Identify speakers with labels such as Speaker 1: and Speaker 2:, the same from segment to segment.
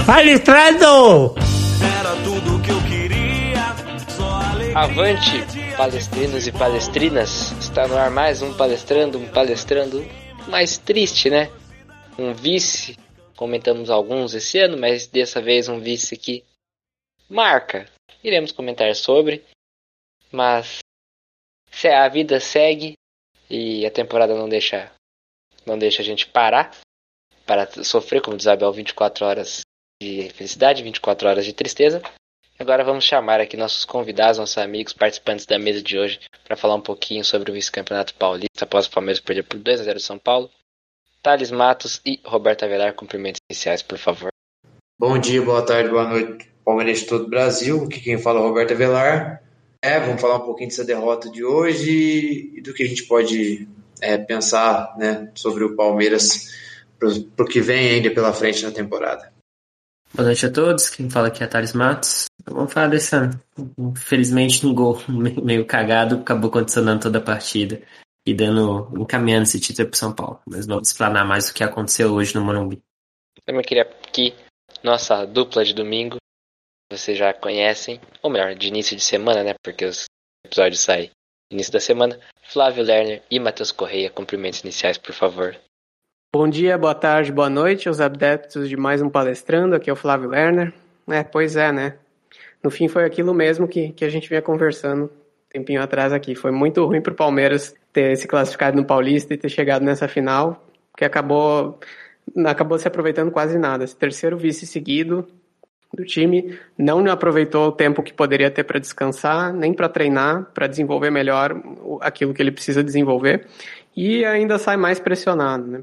Speaker 1: Palestrando!
Speaker 2: Era tudo que eu queria, só
Speaker 3: Avante, palestrinos e palestrinas. Está no ar mais um palestrando mais triste, né? Um vice, comentamos alguns esse ano, mas dessa vez um vice que marca. Iremos comentar sobre, mas a vida segue e a temporada não deixa a gente parar para sofrer, como diz Abel, 24 horas de felicidade, 24 horas de tristeza. Agora vamos chamar aqui nossos convidados, nossos amigos, participantes da mesa de hoje, para falar um pouquinho sobre o vice-campeonato paulista após o Palmeiras perder por 2-0 São Paulo. Thales Matos e Roberto Avelar, cumprimentos iniciais, por favor.
Speaker 4: Bom dia, boa tarde, boa noite, Palmeiras de todo o Brasil. Aqui quem fala é o Roberto Avelar. Vamos falar um pouquinho dessa derrota de hoje e do que a gente pode pensar, né, sobre o Palmeiras para o que vem ainda pela frente na temporada.
Speaker 5: Boa noite a todos, quem fala aqui é Thales Matos. Vamos falar dessa, infelizmente, um gol meio cagado, acabou condicionando toda a partida e encaminhando esse título para São Paulo. Mas vamos explanar mais o que aconteceu hoje no Morumbi.
Speaker 3: Também queria que nossa dupla de domingo, vocês já conhecem, ou melhor, de início de semana, né, porque os episódios saem no início da semana, Flávio Lerner e Matheus Correia, cumprimentos iniciais, por favor.
Speaker 6: Bom dia, boa tarde, boa noite aos adeptos de mais um Palestrando, aqui é o Flávio Lerner. Pois é, né? No fim foi aquilo mesmo que a gente vinha conversando um tempinho atrás aqui. Foi muito ruim pro Palmeiras ter se classificado no Paulista e ter chegado nessa final, que acabou se aproveitando quase nada. Esse terceiro vice seguido do time não aproveitou o tempo que poderia ter para descansar, nem para treinar, para desenvolver melhor aquilo que ele precisa desenvolver, e ainda sai mais pressionado, né?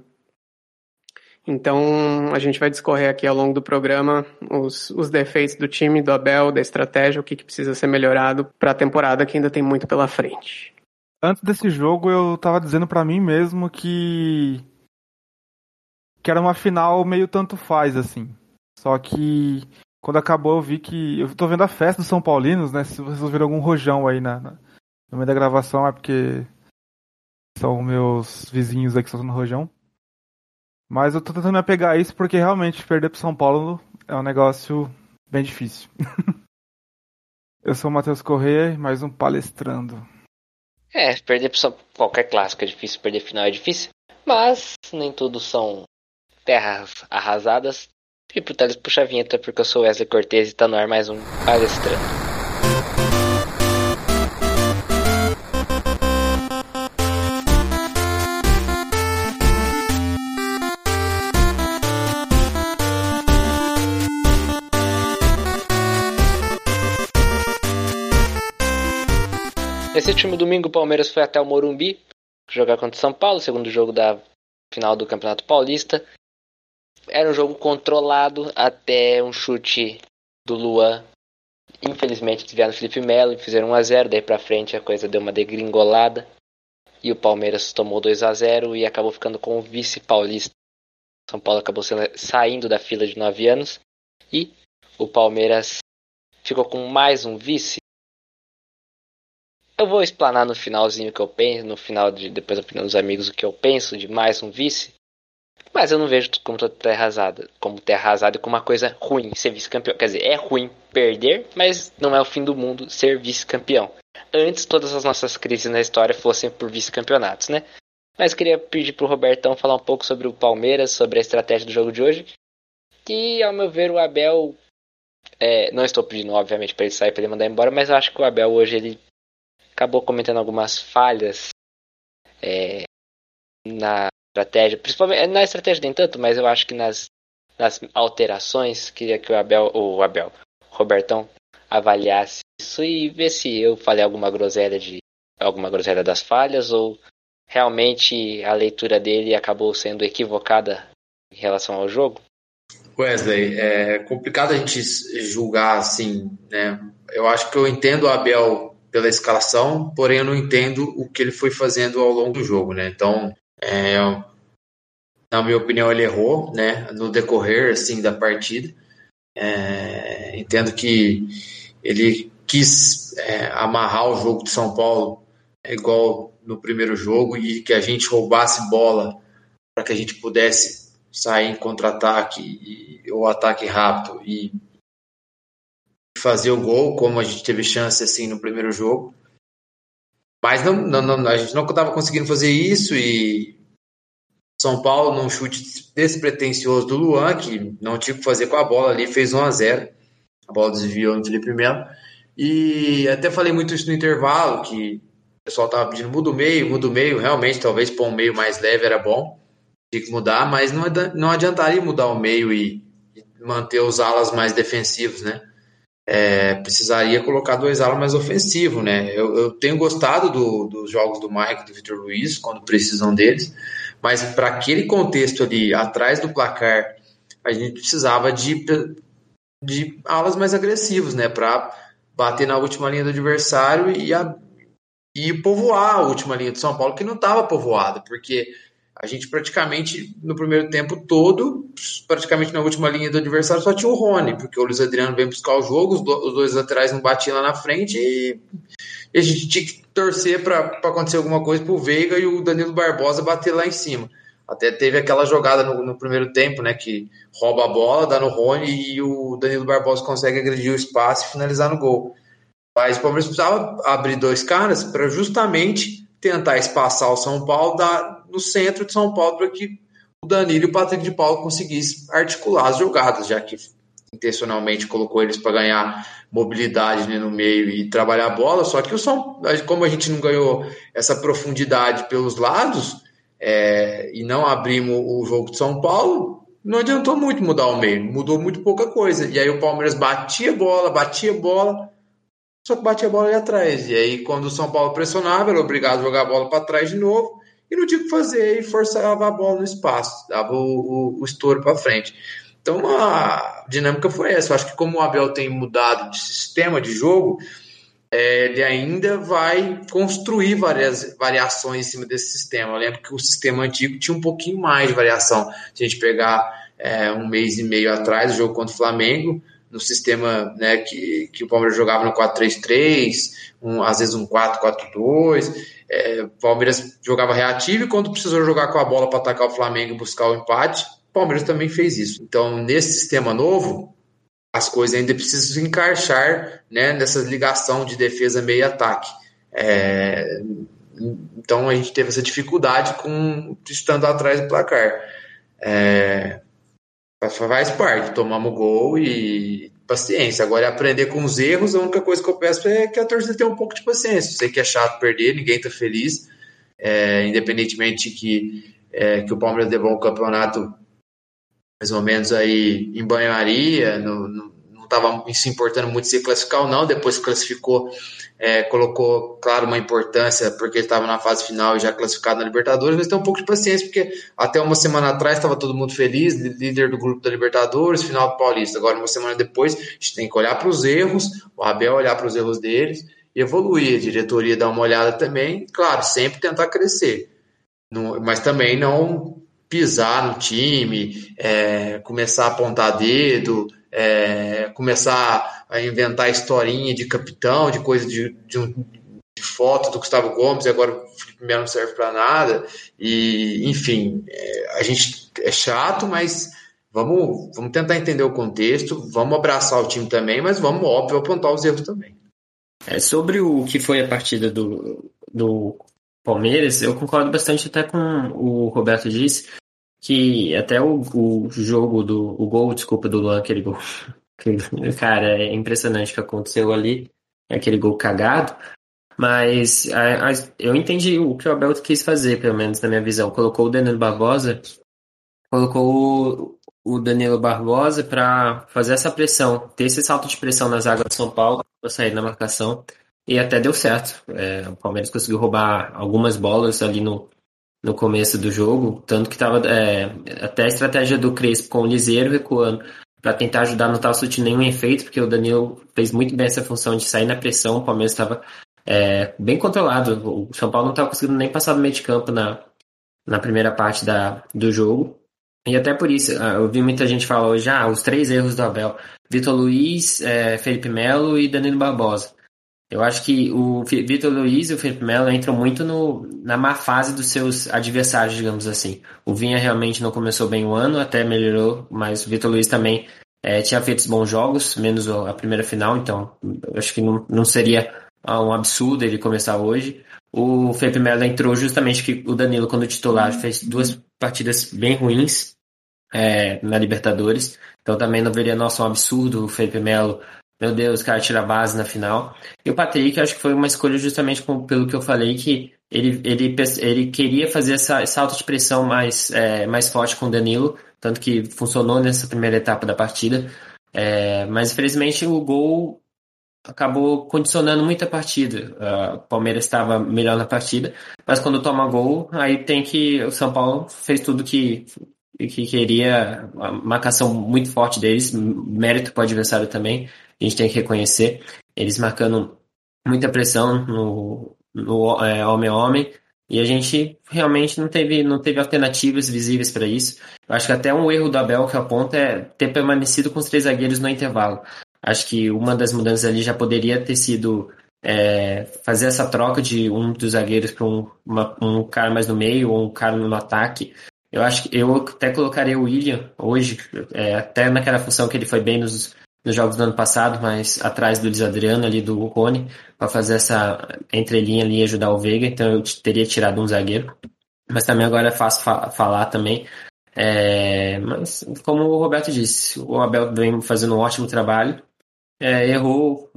Speaker 6: Então, a gente vai discorrer aqui ao longo do programa os defeitos do time, do Abel, da estratégia, o que precisa ser melhorado para a temporada que ainda tem muito pela frente.
Speaker 7: Antes desse jogo, eu tava dizendo pra mim mesmo que era uma final meio tanto faz, assim. Só que quando acabou eu vi que... Eu tô vendo a festa dos São Paulinos, né? Se vocês ouviram algum rojão aí no meio da gravação, é porque são meus vizinhos aí que estão no rojão. Mas eu tô tentando me apegar a isso porque realmente perder pro São Paulo é um negócio bem difícil. Eu sou o Matheus Correia e mais um Palestrando.
Speaker 3: Perder pro qualquer clássico é difícil, perder final é difícil, mas nem tudo são terras arrasadas. E pro Thales puxa a vinheta porque eu sou Wesley Cortez e tá no ar mais um Palestrando. Nesse último domingo, o Palmeiras foi até o Morumbi jogar contra o São Paulo, segundo jogo da final do Campeonato Paulista. Era um jogo controlado até um chute do Luan. Infelizmente desviaram o Felipe Melo e fizeram 1-0. Daí pra frente a coisa deu uma degringolada. E o Palmeiras tomou 2-0 e acabou ficando com o vice-paulista. São Paulo acabou saindo da fila de 9 anos. E o Palmeiras ficou com mais um vice. Eu vou explanar no finalzinho o que eu penso, depois da opinião dos amigos, o que eu penso de mais um vice. Mas eu não vejo como terra arrasada e como uma coisa ruim ser vice-campeão. Quer dizer, é ruim perder, mas não é o fim do mundo ser vice-campeão. Antes, todas as nossas crises na história fossem por vice-campeonatos, né? Mas eu queria pedir pro Robertão falar um pouco sobre o Palmeiras, sobre a estratégia do jogo de hoje. Que, ao meu ver, o Abel... não estou pedindo, obviamente, para ele sair, para ele mandar embora, mas eu acho que o Abel hoje, ele acabou cometendo algumas falhas na estratégia, principalmente na estratégia nem tanto, mas eu acho que nas alterações, queria que o Robertão avaliasse isso e ver se eu falei alguma groselha das falhas ou realmente a leitura dele acabou sendo equivocada em relação ao jogo.
Speaker 4: Wesley, é complicado a gente julgar assim, né? Eu acho que eu entendo o Abel pela escalação, porém eu não entendo o que ele foi fazendo ao longo do jogo, né? Então, na minha opinião, ele errou, né? No decorrer, assim, da partida. Entendo que ele quis amarrar o jogo de São Paulo igual no primeiro jogo e que a gente roubasse bola para que a gente pudesse sair em contra-ataque ou ataque rápido e fazer o gol, como a gente teve chance assim no primeiro jogo. Mas a gente não estava conseguindo fazer isso, e São Paulo, num chute despretensioso do Luan, que não tinha o que fazer com a bola ali, fez 1-0. A bola desviou no Felipe Melo. E até falei muito isso no intervalo, que o pessoal estava pedindo muda o meio. Realmente, talvez pôr um meio mais leve era bom. Tinha que mudar, mas não adiantaria mudar o meio e manter os alas mais defensivos, né? Precisaria colocar 2 alas mais ofensivos, né? Eu tenho gostado dos jogos do Maicon e do Vitor Luiz, quando precisam deles, mas para aquele contexto ali, atrás do placar, a gente precisava de alas mais agressivos, né? Para bater na última linha do adversário e povoar a última linha de São Paulo, que não estava povoada, porque a gente praticamente, no primeiro tempo todo, praticamente na última linha do adversário, só tinha o Rony, porque o Luiz Adriano veio buscar o jogo, os 2 laterais não batiam lá na frente, e a gente tinha que torcer para acontecer alguma coisa pro Veiga e o Danilo Barbosa bater lá em cima. Até teve aquela jogada no primeiro tempo, né, que rouba a bola, dá no Rony, e o Danilo Barbosa consegue agredir o espaço e finalizar no gol. Mas o Palmeiras precisava abrir 2 caras para justamente tentar espaçar o São Paulo no centro de São Paulo, para que o Danilo e o Patrick de Paulo conseguissem articular as jogadas, já que intencionalmente colocou eles para ganhar mobilidade, né, no meio e trabalhar a bola. Só que como a gente não ganhou essa profundidade pelos lados, e não abrimos o jogo de São Paulo, não adiantou muito mudar o meio, mudou muito pouca coisa. E aí o Palmeiras batia bola, só que batia a bola ali atrás. E aí, quando o São Paulo pressionava, era obrigado a jogar a bola para trás de novo, e não tinha o que fazer, e forçava a bola no espaço, dava o estouro para frente. Então, a dinâmica foi essa. Eu acho que como o Abel tem mudado de sistema de jogo, ele ainda vai construir várias variações em cima desse sistema. Eu lembro que o sistema antigo tinha um pouquinho mais de variação. Se a gente pegar 1 mês e meio atrás, o jogo contra o Flamengo, no sistema, né, que o Palmeiras jogava no 4-3-3, às vezes um 4-4-2, o Palmeiras jogava reativo, e quando precisou jogar com a bola para atacar o Flamengo e buscar o empate, o Palmeiras também fez isso. Então, nesse sistema novo, as coisas ainda precisam se encaixar, né, nessa ligação de defesa meio ataque. Então a gente teve essa dificuldade estando atrás do placar. Faz parte, tomamos gol e paciência. Agora, aprender com os erros, a única coisa que eu peço é que a torcida tenha um pouco de paciência. Sei que é chato perder, ninguém está feliz, independentemente que o Palmeiras levou um campeonato mais ou menos aí em banho-maria, não estava se importando muito se classificar ou não. Depois que classificou, colocou, claro, uma importância, porque estava na fase final e já classificado na Libertadores, mas tem um pouco de paciência, porque até uma semana atrás estava todo mundo feliz, líder do grupo da Libertadores, final do Paulista. Agora, uma semana depois, a gente tem que olhar para os erros, o Abel olhar para os erros deles e evoluir. A diretoria dar uma olhada também, claro, sempre tentar crescer, mas também não pisar no time, começar a apontar dedo, começar a inventar historinha de capitão, de coisa de foto do Gustavo Gomes, e agora o Felipe Melo não serve para nada. E, enfim, a gente é chato, mas vamos tentar entender o contexto, vamos abraçar o time também, mas vamos, óbvio, apontar os erros também.
Speaker 5: Sobre o que foi a partida do Palmeiras, eu concordo bastante até com o Roberto disse, que até o jogo o gol do Luan, aquele gol, cara, é impressionante o que aconteceu ali, aquele gol cagado, mas eu entendi o que o Abel quis fazer, pelo menos na minha visão. Colocou o Danilo Barbosa para fazer essa pressão, ter esse salto de pressão na zaga do São Paulo, para sair na marcação, e até deu certo. O Palmeiras conseguiu roubar algumas bolas ali no começo do jogo, tanto que estava até a estratégia do Crespo com o Liseiro recuando para tentar ajudar, não estava surtindo nenhum efeito, porque o Danilo fez muito bem essa função de sair na pressão. O Palmeiras estava bem controlado, o São Paulo não estava conseguindo nem passar do meio de campo na primeira parte do jogo, e até por isso eu vi muita gente falar hoje, os 3 erros do Abel: Vitor Luiz, Felipe Melo e Danilo Barbosa. Eu acho que o Vitor Luiz e o Felipe Melo entram muito na má fase dos seus adversários, digamos assim. O Vinha realmente não começou bem o ano, até melhorou, mas o Vitor Luiz também tinha feito bons jogos, menos a primeira final, então eu acho que não seria um absurdo ele começar hoje. O Felipe Melo entrou justamente que o Danilo, quando titular, fez 2 partidas bem ruins na Libertadores, então também não veria, nossa, um absurdo o Felipe Melo. Meu Deus, o cara tira a base na final. E o Patrick, acho que foi uma escolha justamente pelo que eu falei, que ele queria fazer essa alta de pressão mais forte com o Danilo, tanto que funcionou nessa primeira etapa da partida. Mas infelizmente o gol acabou condicionando muito a partida. O Palmeiras estava melhor na partida, mas quando toma gol, aí o São Paulo fez tudo que queria, a marcação muito forte deles, mérito para o adversário também, a gente tem que reconhecer, eles marcando muita pressão no homem a homem, e a gente realmente não teve alternativas visíveis para isso. Eu acho que até um erro do Abel que aponta é ter permanecido com os 3 zagueiros no intervalo. Acho que uma das mudanças ali já poderia ter sido fazer essa troca de um dos zagueiros para um cara mais no meio ou um cara no ataque. Eu acho que eu até colocaria o William hoje, até naquela função que ele foi bem nos jogos do ano passado, mas atrás do Luiz Adriano, ali do Rony, para fazer essa entrelinha ali e ajudar o Veiga, então eu teria tirado um zagueiro. Mas também agora é fácil falar também. Mas como o Roberto disse, o Abel vem fazendo um ótimo trabalho. Errou,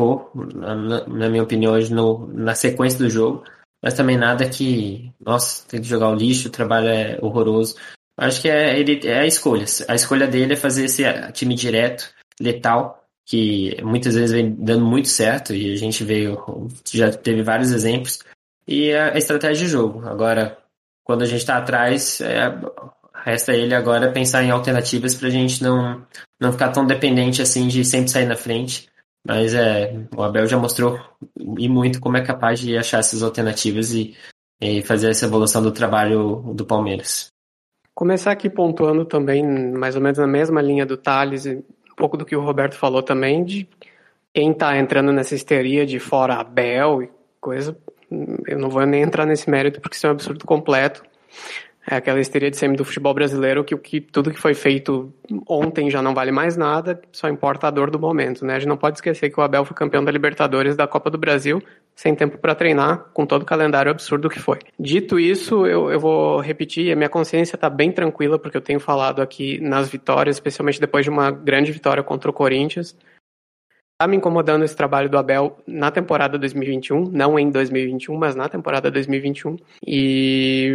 Speaker 5: na minha opinião, hoje na sequência do jogo, mas também nada que, nossa, tem que jogar o lixo, o trabalho é horroroso. Acho que a escolha. A escolha dele é fazer esse time direto, letal, que muitas vezes vem dando muito certo, e a gente já teve vários exemplos, e a estratégia de jogo. Agora, quando a gente está atrás, resta ele agora pensar em alternativas para a gente não ficar tão dependente assim de sempre sair na frente. Mas o Abel já mostrou e muito como é capaz de achar essas alternativas e fazer essa evolução do trabalho do Palmeiras.
Speaker 6: Começar aqui pontuando também, mais ou menos na mesma linha do Thales, um pouco do que o Roberto falou também, de quem está entrando nessa histeria de fora Abel e coisa. Eu não vou nem entrar nesse mérito porque isso é um absurdo completo. É aquela histeria de sempre do futebol brasileiro que tudo que foi feito ontem já não vale mais nada, só importa a dor do momento, né? A gente não pode esquecer que o Abel foi campeão da Libertadores, da Copa do Brasil, sem tempo para treinar, com todo o calendário absurdo que foi. Dito isso, eu vou repetir, a minha consciência está bem tranquila, porque eu tenho falado aqui nas vitórias, especialmente depois de uma grande vitória contra o Corinthians. Está me incomodando esse trabalho do Abel na temporada 2021, não em 2021, mas na temporada 2021. E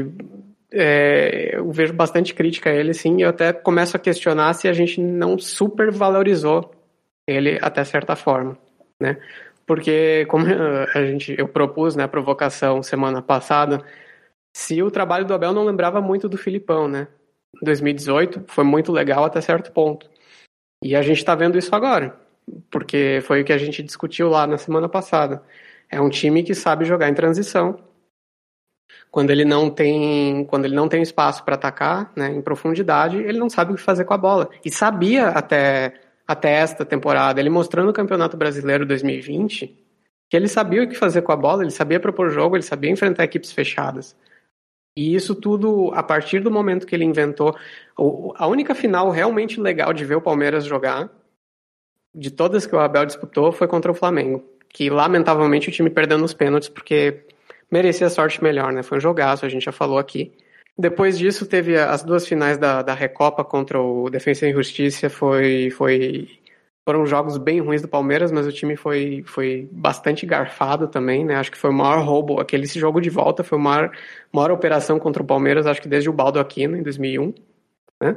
Speaker 6: eu vejo bastante crítica a ele, sim, e eu até começo a questionar se a gente não supervalorizou ele até certa forma, né? Porque, como eu propus, né, a provocação semana passada, se o trabalho do Abel não lembrava muito do Filipão, né? 2018 foi muito legal até certo ponto. E a gente está vendo isso agora, porque foi o que a gente discutiu lá na semana passada. É um time que sabe jogar em transição. Quando ele não tem espaço para atacar, né, em profundidade, ele não sabe o que fazer com a bola. E sabia até esta temporada, ele mostrou no Campeonato Brasileiro 2020 que ele sabia o que fazer com a bola, ele sabia propor jogo, ele sabia enfrentar equipes fechadas. E isso tudo, a partir do momento que ele inventou, a única final realmente legal de ver o Palmeiras jogar, de todas que o Abel disputou, foi contra o Flamengo, que lamentavelmente o time perdeu nos pênaltis, porque merecia sorte melhor, né? Foi um jogaço, a gente já falou aqui. Depois disso, teve as 2 finais da Recopa contra o Defensa e Justiça. Foram jogos bem ruins do Palmeiras, mas o time foi bastante garfado também, né? Acho que foi o maior roubo. Esse jogo de volta foi a maior operação contra o Palmeiras, acho que desde o Baldo Aquino, em 2001, né?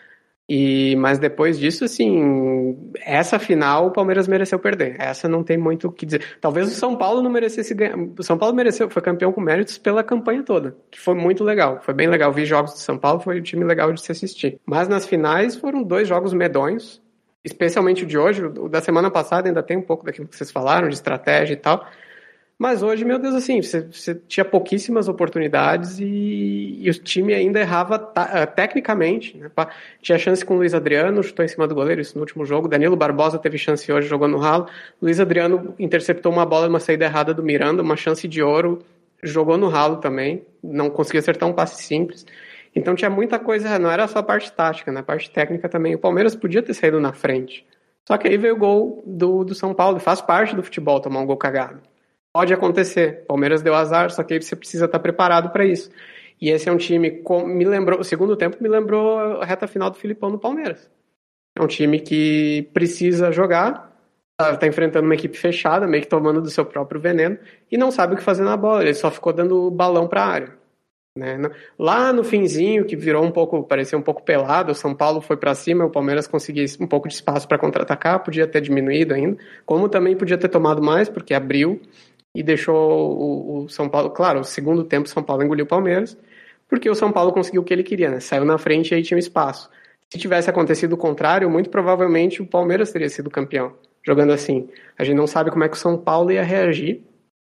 Speaker 6: Mas depois disso, assim, essa final o Palmeiras mereceu perder. Essa não tem muito o que dizer. Talvez o São Paulo não merecesse ganhar. O São Paulo foi campeão com méritos pela campanha toda, que foi muito legal. Foi bem legal. Vi jogos do São Paulo, foi um time legal de se assistir. Mas nas finais foram 2 jogos medonhos, especialmente o de hoje. O da semana passada ainda tem um pouco daquilo que vocês falaram, de estratégia e tal. Mas hoje, meu Deus, assim, você tinha pouquíssimas oportunidades e o time ainda errava tecnicamente, né? Tinha chance com o Luiz Adriano, chutou em cima do goleiro, isso no último jogo. Danilo Barbosa teve chance hoje, jogou no ralo. Luiz Adriano interceptou uma bola, uma saída errada do Miranda, uma chance de ouro, jogou no ralo também, não conseguia acertar um passe simples. Então tinha muita coisa, não era só a parte tática, na parte técnica também. O Palmeiras podia ter saído na frente. Só que aí veio o gol do São Paulo, faz parte do futebol tomar um gol cagado. Pode acontecer, o Palmeiras deu azar, só que aí você precisa estar preparado para isso. E esse é um time, me lembrou, o segundo tempo me lembrou a reta final do Filipão no Palmeiras. É um time que precisa jogar, tá enfrentando uma equipe fechada, meio que tomando do seu próprio veneno, e não sabe o que fazer na bola, ele só ficou dando balão para a área. Né? Lá no finzinho, que virou parecia um pouco pelado, o São Paulo foi para cima, o Palmeiras conseguia um pouco de espaço para contra-atacar, podia ter diminuído ainda, como também podia ter tomado mais, porque abriu e deixou o São Paulo, claro, o segundo tempo o São Paulo engoliu o Palmeiras, porque o São Paulo conseguiu o que ele queria, né? Saiu na frente e aí tinha um espaço. Se tivesse acontecido o contrário, muito provavelmente o Palmeiras teria sido campeão, jogando assim. A gente não sabe como é que o São Paulo ia reagir,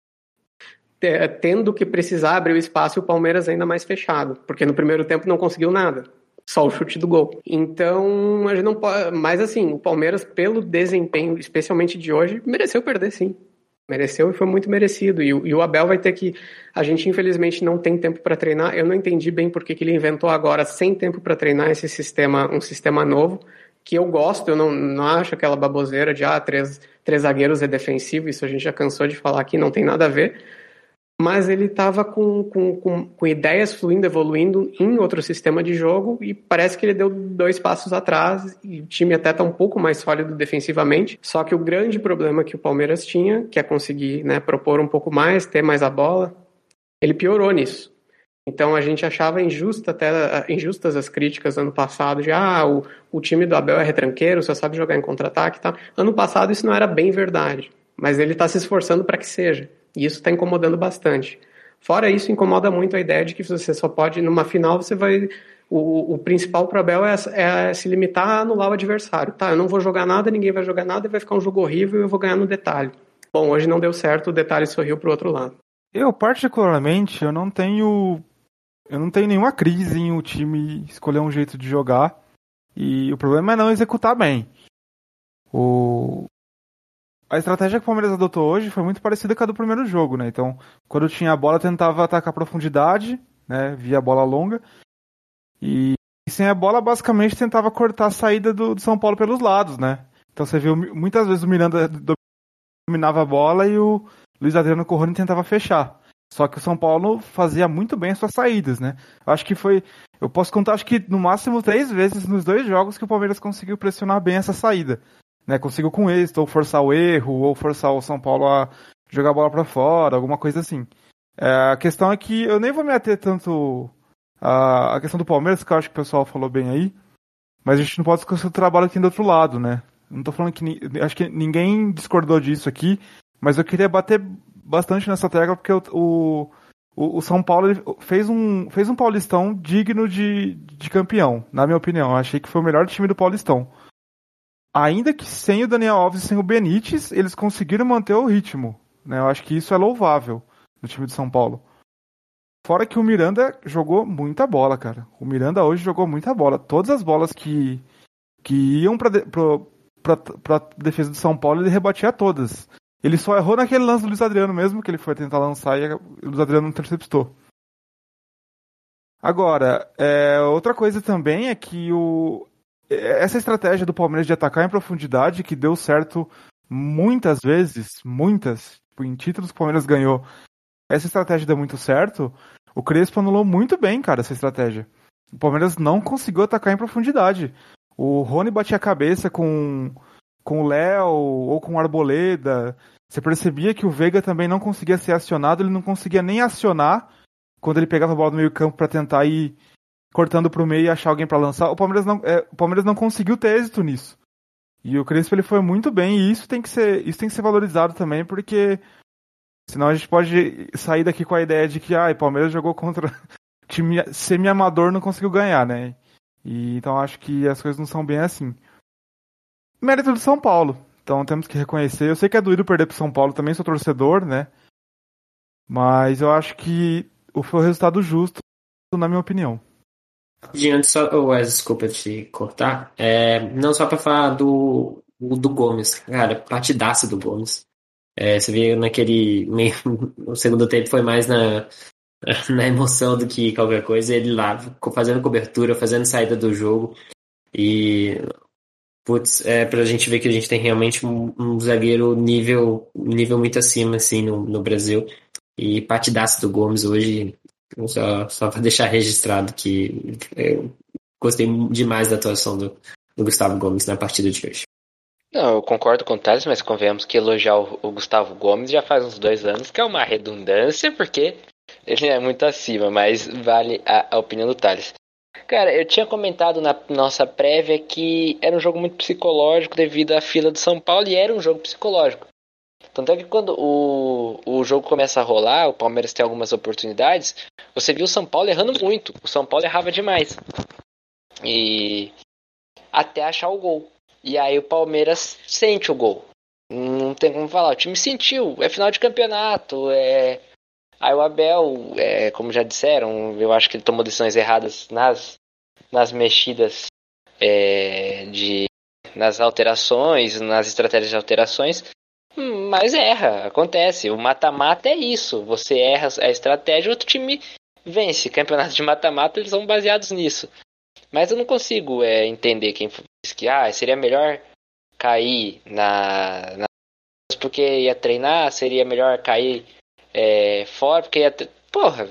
Speaker 6: tendo que precisar abrir o espaço e o Palmeiras ainda mais fechado, porque no primeiro tempo não conseguiu nada, só o chute do gol. Então, a gente não pode, mas assim, o Palmeiras, pelo desempenho, especialmente de hoje, mereceu perder sim. Mereceu e foi muito merecido. E o Abel vai ter que... A gente, infelizmente, não tem tempo para treinar. Eu não entendi bem por que ele inventou agora, sem tempo para treinar, esse sistema, um sistema novo, que eu gosto. Eu não acho aquela baboseira de três zagueiros é defensivo. Isso a gente já cansou de falar aqui, não tem nada a ver. Mas ele estava com ideias fluindo, evoluindo em outro sistema de jogo e parece que ele deu 2 passos atrás e o time até está um pouco mais sólido defensivamente, só que o grande problema que o Palmeiras tinha, que é conseguir, né, propor um pouco mais, ter mais a bola, ele piorou nisso. Então a gente achava injustas as críticas ano passado de o time do Abel é retranqueiro, só sabe jogar em contra-ataque e tal. Ano passado isso não era bem verdade, mas ele está se esforçando para que seja. E isso está incomodando bastante. Fora isso, incomoda muito a ideia de que você só pode, numa final, você vai... O principal para o Abel é se limitar a anular o adversário. Tá, eu não vou jogar nada, ninguém vai jogar nada, e vai ficar um jogo horrível e eu vou ganhar no detalhe. Bom, hoje não deu certo, o detalhe sorriu para o outro lado.
Speaker 7: Eu, particularmente, eu não tenho nenhuma crise em o time escolher um jeito de jogar. E o problema é não executar bem. A estratégia que o Palmeiras adotou hoje foi muito parecida com a do primeiro jogo, né? Então, quando tinha a bola, tentava atacar a profundidade, né? Via bola longa. E sem a bola, basicamente, tentava cortar a saída do São Paulo pelos lados, né? Então, você viu muitas vezes o Miranda dominava a bola e o Luiz Adriano Corrone tentava fechar. Só que o São Paulo fazia muito bem as suas saídas, né? Eu posso contar, acho que no máximo 3 vezes nos 2 jogos que o Palmeiras conseguiu pressionar bem essa saída. Né, conseguiu com êxito, ou forçar o erro, ou forçar o São Paulo a jogar a bola pra fora, alguma coisa assim. A questão é que eu nem vou me ater tanto a questão do Palmeiras, que eu acho que o pessoal falou bem aí, mas a gente não pode esquecer o trabalho que tem do outro lado, né? Não tô falando acho que ninguém discordou disso aqui, mas eu queria bater bastante nessa tecla, porque o São Paulo fez um Paulistão digno de campeão, na minha opinião. Eu achei que foi o melhor time do Paulistão. Ainda que sem o Daniel Alves e sem o Benítez, eles conseguiram manter o ritmo. Né? Eu acho que isso é louvável no time de São Paulo. Fora que o Miranda jogou muita bola, cara. O Miranda hoje jogou muita bola. Todas as bolas que iam pra defesa do São Paulo, ele rebatia todas. Ele só errou naquele lance do Luiz Adriano mesmo, que ele foi tentar lançar e o Luiz Adriano não interceptou. Agora, outra coisa também é que essa estratégia do Palmeiras de atacar em profundidade, que deu certo muitas vezes, em títulos que o Palmeiras ganhou, essa estratégia deu muito certo, o Crespo anulou muito bem, cara, essa estratégia. O Palmeiras não conseguiu atacar em profundidade. O Rony batia a cabeça com o Léo ou com o Arboleda. Você percebia que o Veiga também não conseguia ser acionado, ele não conseguia nem acionar quando ele pegava a bola no meio campo para tentar ir cortando pro meio e achar alguém para lançar. O Palmeiras não conseguiu ter êxito nisso. E o Crespo ele foi muito bem, e isso tem que ser valorizado também, porque senão a gente pode sair daqui com a ideia de que o Palmeiras jogou contra time semi-amador, não conseguiu ganhar, né? E então acho que as coisas não são bem assim. Mérito do São Paulo. Então temos que reconhecer. Eu sei que é doído perder pro São Paulo, também sou torcedor, né? Mas eu acho que foi o resultado justo, na minha opinião.
Speaker 5: Antes só, Wes, desculpa te cortar. Não só pra falar do Gomes, cara, partidaça do Gomes. Você vê naquele meio. O segundo tempo foi mais na emoção do que qualquer coisa. Ele lá fazendo cobertura, fazendo saída do jogo. E, putz, pra gente ver que a gente tem realmente um zagueiro nível muito acima, assim, no Brasil. E partidaço do Gomes hoje, só para deixar registrado que eu gostei demais da atuação do Gustavo Gomes na partida de hoje.
Speaker 3: Não, eu concordo com o Thales, mas convenhamos que elogiar o Gustavo Gomes já faz uns 2 anos, que é uma redundância, porque ele é muito acima, mas vale a opinião do Thales. Cara, eu tinha comentado na nossa prévia que era um jogo muito psicológico devido à fila do São Paulo, e era um jogo psicológico. Tanto é que quando o jogo começa a rolar, o Palmeiras tem algumas oportunidades, você viu o São Paulo errando muito. O São Paulo errava demais. E até achar o gol. E aí o Palmeiras sente o gol. Não tem como falar. O time sentiu. É final de campeonato. Aí o Abel, como já disseram, eu acho que ele tomou decisões erradas nas mexidas, nas alterações, nas estratégias de alterações. Mas erra, acontece. O mata-mata é isso. Você erra a estratégia, o outro time vence. Campeonatos de mata-mata, eles são baseados nisso. Mas eu não consigo entender quem diz que seria melhor cair porque ia treinar, seria melhor cair fora, porque ia... Porra!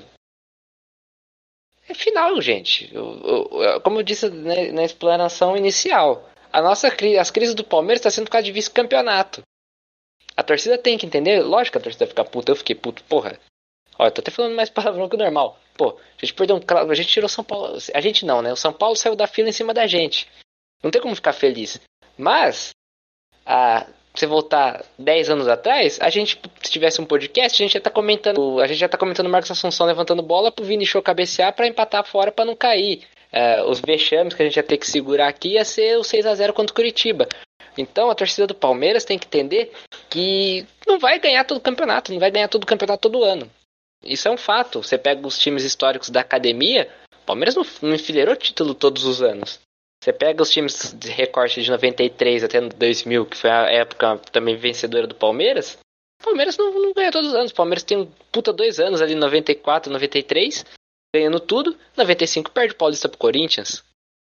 Speaker 3: É final, gente. Como eu disse na explanação inicial, as crises do Palmeiras estão sendo por causa de vice-campeonato. A torcida tem que entender, lógico que a torcida vai ficar puta, eu fiquei puto, porra. Olha, eu tô até falando mais palavrão que o normal. Pô, a gente perdeu a gente tirou São Paulo, a gente não, né? O São Paulo saiu da fila em cima da gente. Não tem como ficar feliz. Mas, você voltar 10 anos atrás, a gente, se tivesse um podcast, a gente já tá comentando o Marcos Assunção levantando bola pro Vini Show cabecear pra empatar fora pra não cair. Os vexames que a gente ia ter que segurar aqui ia ser o 6-0 contra o Curitiba. Então a torcida do Palmeiras tem que entender que não vai ganhar todo o campeonato, não vai ganhar todo o campeonato todo ano. Isso é um fato. Você pega os times históricos da academia, o Palmeiras não enfileirou título todos os anos. Você pega os times de recorte de 93 até 2000, que foi a época também vencedora do Palmeiras, o Palmeiras não ganha todos os anos. O Palmeiras tem um puta 2 anos ali, 94, 93, ganhando tudo. 95 perde o Paulista pro Corinthians.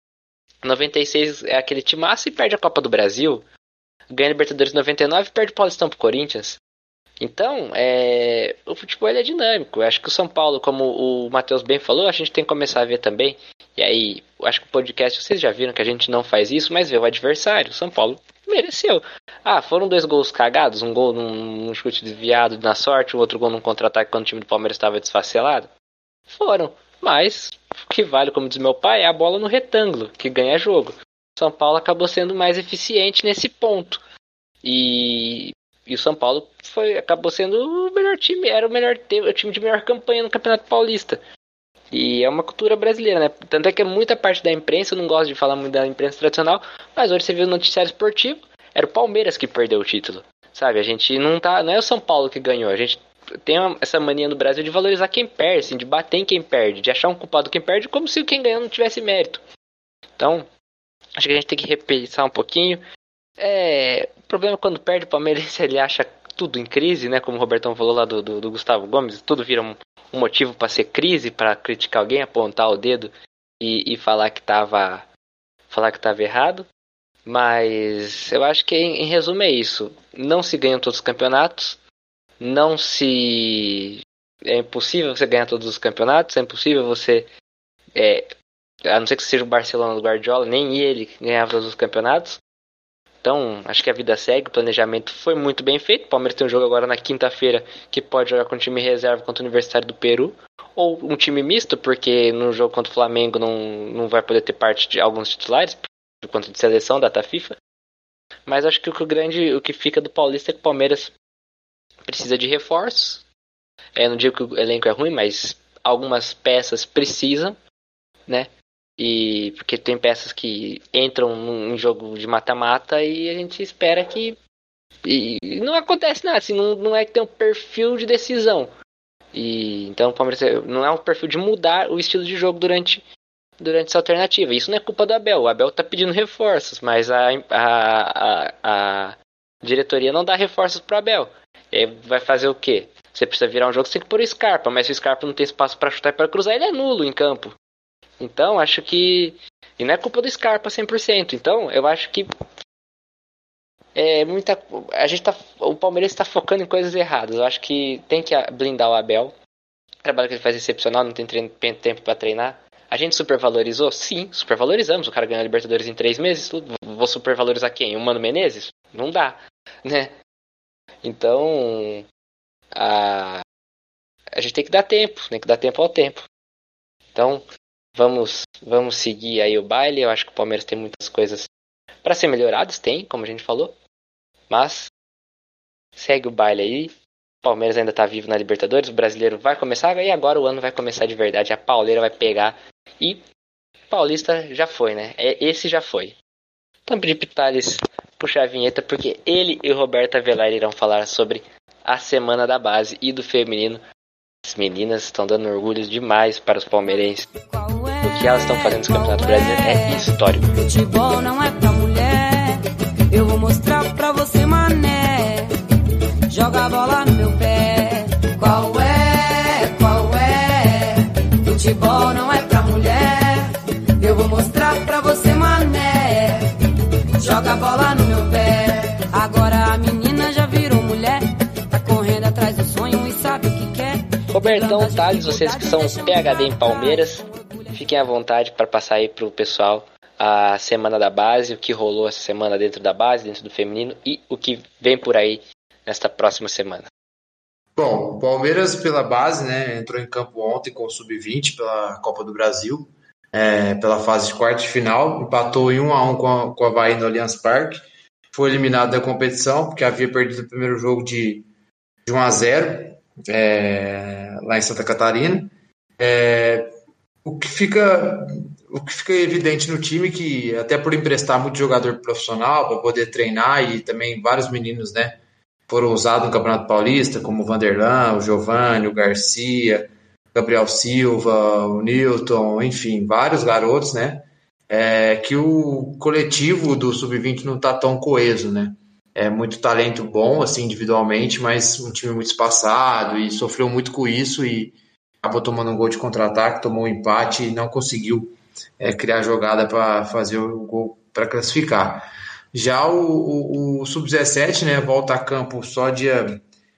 Speaker 3: 96 é aquele timaço e perde a Copa do Brasil. Ganha a Libertadores 99 e perde o Paulistão pro Corinthians. Então, o futebol é dinâmico. Eu acho que o São Paulo, como o Matheus bem falou, a gente tem que começar a ver também. E aí, eu acho que o podcast, vocês já viram que a gente não faz isso, mas vê o adversário. O São Paulo mereceu. Foram 2 gols cagados, um gol num chute desviado na sorte, o outro gol num contra-ataque quando o time do Palmeiras estava desfacelado. Foram. Mas o que vale, como diz meu pai, é a bola no retângulo, que ganha jogo. São Paulo acabou sendo mais eficiente nesse ponto. E o São Paulo acabou sendo o melhor time, era o time de melhor campanha no Campeonato Paulista. E é uma cultura brasileira, né? Tanto é que muita parte da imprensa, eu não gosto de falar muito da imprensa tradicional, mas hoje você viu no noticiário esportivo, era o Palmeiras que perdeu o título. Sabe, a gente não é o São Paulo que ganhou, a gente tem essa mania no Brasil de valorizar quem perde, assim, de bater em quem perde, de achar um culpado quem perde, como se quem ganhou não tivesse mérito. Então, acho que a gente tem que repensar um pouquinho. O problema é quando perde o Palmeiras, ele acha tudo em crise, né? Como o Robertão falou lá do Gustavo Gomes, tudo vira um motivo para ser crise, para criticar alguém, apontar o dedo e falar que tava errado. Mas eu acho que em resumo é isso. Não se ganham todos os campeonatos. É impossível você ganhar todos os campeonatos. É impossível você, a não ser que seja o Barcelona do Guardiola, nem ele ganhava todos os campeonatos. Então, acho que a vida segue, o planejamento foi muito bem feito. O Palmeiras tem um jogo agora na quinta-feira que pode jogar com o time reserva contra o Universitário do Peru. Ou um time misto, porque no jogo contra o Flamengo não vai poder ter parte de alguns titulares, por conta de seleção, data FIFA. Mas acho que o que fica do Paulista é que o Palmeiras precisa de reforços. Não digo que o elenco é ruim, mas algumas peças precisam, né? E porque tem peças que entram em jogo de mata-mata e a gente espera que... E não acontece nada, assim, não é que tem um perfil de decisão. E então o Palmeiras não é um perfil de mudar o estilo de jogo durante essa alternativa. Isso não é culpa do Abel. O Abel tá pedindo reforços, mas a diretoria não dá reforços pro Abel. E aí vai fazer o quê? Você precisa virar um jogo, você tem que pôr o Scarpa, mas se o Scarpa não tem espaço para chutar e para cruzar, ele é nulo em campo. Então, acho que... E não é culpa do Scarpa 100%. Então, eu acho que o Palmeiras está focando em coisas erradas. Eu acho que tem que blindar o Abel. O trabalho que ele faz é excepcional, não tem tempo para treinar. A gente supervalorizou? Sim, supervalorizamos. O cara ganhou a Libertadores em 3 meses. Vou supervalorizar quem? O Mano Menezes? Não dá, né? Então, a gente tem que dar tempo ao tempo. Então, vamos seguir aí o baile. Eu acho que o Palmeiras tem muitas coisas para ser melhoradas, tem, como a gente falou. Mas segue o baile aí. O Palmeiras ainda tá vivo na Libertadores, o Brasileiro vai começar, e agora o ano vai começar de verdade. A pauleira vai pegar. E Paulista já foi, né? Esse já foi. Então pedir pro Thales puxar a vinheta, porque ele e o Roberto Avelar irão falar sobre a semana da base e do feminino. As meninas estão dando orgulho demais para os palmeirenses. O que elas estão fazendo no Campeonato Brasileiro é histórico.
Speaker 1: Futebol não é pra mulher, eu vou mostrar pra você, mané. Joga a bola no meu pé. Qual é? Futebol não é pra mulher, eu vou mostrar pra você, mané. Joga a bola no meu pé. Agora a menina já virou mulher, tá correndo atrás do sonho e sabe o que quer.
Speaker 3: Robertão, Thales, vocês que são PhD em Palmeiras, fiquem à vontade para passar aí pro pessoal a semana da base, o que rolou essa semana dentro da base, dentro do feminino e o que vem por aí nesta próxima semana.
Speaker 4: Bom, o Palmeiras pela base, né, entrou em campo ontem com o Sub-20 pela Copa do Brasil, pela fase de quartos de final, empatou em 1-1 com o Avaí no Allianz Parque, foi eliminado da competição porque havia perdido o primeiro jogo de 1-0 lá em Santa Catarina. O que fica evidente no time que, até por emprestar muito jogador profissional para poder treinar, e também vários meninos, né, foram usados no Campeonato Paulista, como o Vanderlan, o Giovani, o Garcia, o Gabriel Silva, o Newton, enfim, vários garotos, né, que o coletivo do Sub-20 não está tão coeso, né. É muito talento bom, assim, individualmente, mas um time muito espaçado e sofreu muito com isso e acabou tomando um gol de contra-ataque, tomou um empate e não conseguiu criar jogada para fazer o gol para classificar. Já o Sub-17, né, volta a campo só dia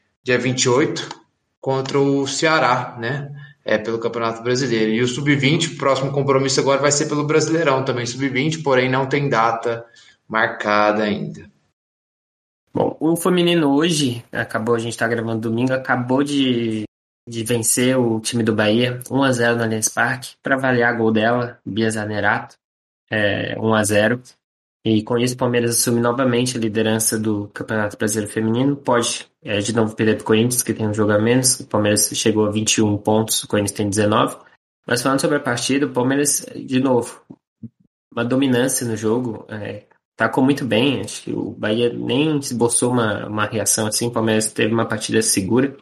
Speaker 4: 28 contra o Ceará, né, pelo Campeonato Brasileiro. E o Sub-20, o próximo compromisso agora vai ser pelo Brasileirão também, Sub-20, porém não tem data marcada ainda.
Speaker 5: Bom, o feminino hoje, a gente tá gravando domingo, acabou de vencer o time do Bahia, 1-0 no Allianz Parque, para avaliar gol dela, Bia Zanerato, 1-0. E com isso o Palmeiras assume novamente a liderança do Campeonato Brasileiro Feminino. Pode de novo perder para o Corinthians, que tem um jogo a menos. O Palmeiras chegou a 21 pontos, o Corinthians tem 19. Mas falando sobre a partida, o Palmeiras, de novo, uma dominância no jogo, tacou muito bem. Acho que o Bahia nem esboçou uma reação assim. O Palmeiras teve uma partida segura.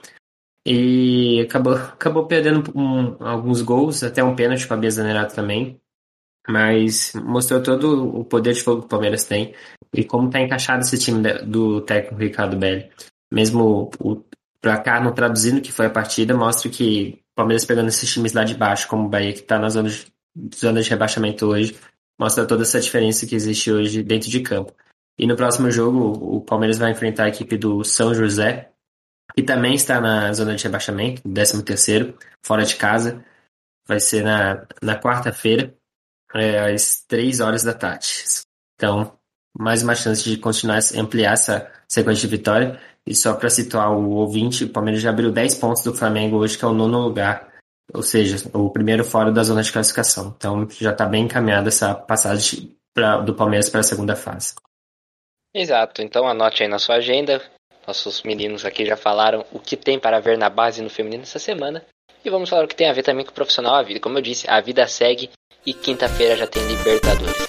Speaker 5: E acabou perdendo alguns gols, até um pênalti para a Bia Zanerato também. Mas mostrou todo o poder de fogo que o Palmeiras tem e como está encaixado esse time do técnico Ricardo Belli. Mesmo o placar não traduzindo o que foi a partida, mostra que o Palmeiras pegando esses times lá de baixo, como o Bahia, que está na zona de rebaixamento hoje, mostra toda essa diferença que existe hoje dentro de campo. E no próximo jogo, o Palmeiras vai enfrentar a equipe do São José, que também está na zona de rebaixamento, 13º, fora de casa. Vai ser na quarta-feira, às 3 horas da tarde. Então, mais uma chance de continuar a ampliar essa sequência de vitória. E só para situar o ouvinte, o Palmeiras já abriu 10 pontos do Flamengo hoje, que é o 9º lugar, ou seja, o primeiro fora da zona de classificação. Então, já está bem encaminhada essa passagem do Palmeiras para a segunda fase.
Speaker 3: Exato, então anote aí na sua agenda. Nossos meninos aqui já falaram o que tem para ver na base e no feminino essa semana. E vamos falar o que tem a ver também com o profissional, a vida. Como eu disse, a vida segue e quinta-feira já tem Libertadores.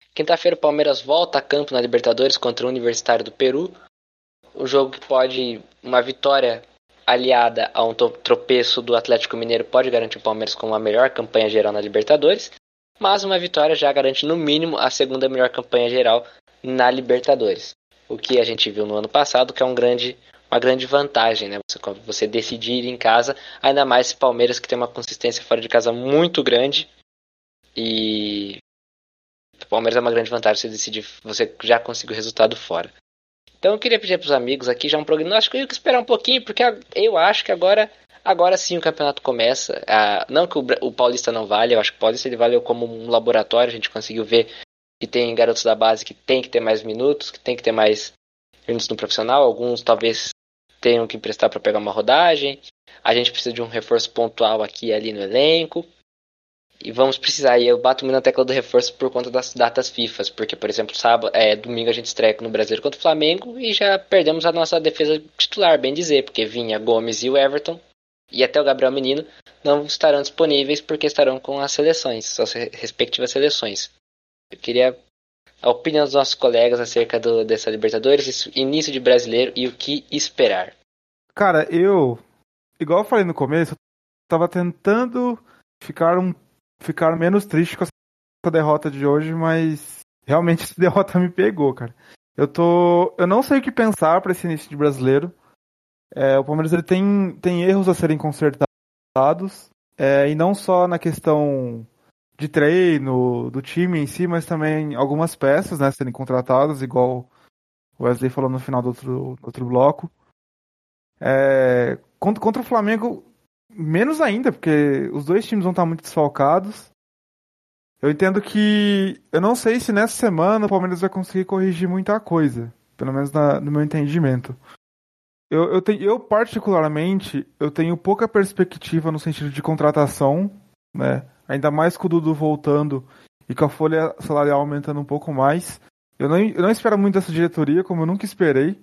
Speaker 3: Quinta-feira o Palmeiras volta a campo na Libertadores contra o Universitário do Peru. Um jogo que pode, uma vitória aliada a um tropeço do Atlético Mineiro pode garantir o Palmeiras com uma melhor campanha geral na Libertadores, mas uma vitória já garante no mínimo a segunda melhor campanha geral na Libertadores. O que a gente viu no ano passado, que é uma grande vantagem, né? Você decidir em casa, ainda mais esse Palmeiras que tem uma consistência fora de casa muito grande. E o Palmeiras é uma grande vantagem, você já conseguiu o resultado fora. Então eu queria pedir para os amigos aqui já um prognóstico. Eu tenho que esperar um pouquinho, porque eu acho que agora sim o campeonato começa. Não que o Paulista não vale, eu acho que o Paulista ele valeu como um laboratório. A gente conseguiu ver que tem garotos da base que tem que ter mais minutos, que tem que ter mais minutos no profissional. Alguns talvez tenham que emprestar para pegar uma rodagem. A gente precisa de um reforço pontual aqui e ali no elenco. E vamos precisar, e eu bato muito na tecla do reforço por conta das datas FIFA, porque, por exemplo, domingo a gente estreia no Brasileiro contra o Flamengo e já perdemos a nossa defesa titular, bem dizer, porque Vinha, Gomes e o Everton, e até o Gabriel Menino, não estarão disponíveis porque estarão com as seleções, suas respectivas seleções. Eu queria a opinião dos nossos colegas acerca dessa Libertadores, início de Brasileiro e o que esperar.
Speaker 7: Cara, igual eu falei no começo, eu tava tentando ficar menos triste com essa derrota de hoje, mas realmente essa derrota me pegou, cara. Eu não sei o que pensar pra esse início de Brasileiro. O Palmeiras ele tem erros a serem consertados, e não só na questão de treino, do time em si, mas também algumas peças, né, serem contratadas, igual o Wesley falou no final do outro bloco. Contra o Flamengo, menos ainda, porque os dois times vão estar muito desfalcados. Eu entendo que... Eu não sei se nessa semana o Palmeiras vai conseguir corrigir muita coisa. Pelo menos no meu entendimento. Eu particularmente, eu tenho pouca perspectiva no sentido de contratação, né? Ainda mais com o Dudu voltando e com a folha salarial aumentando um pouco mais. Eu não espero muito dessa diretoria, como eu nunca esperei.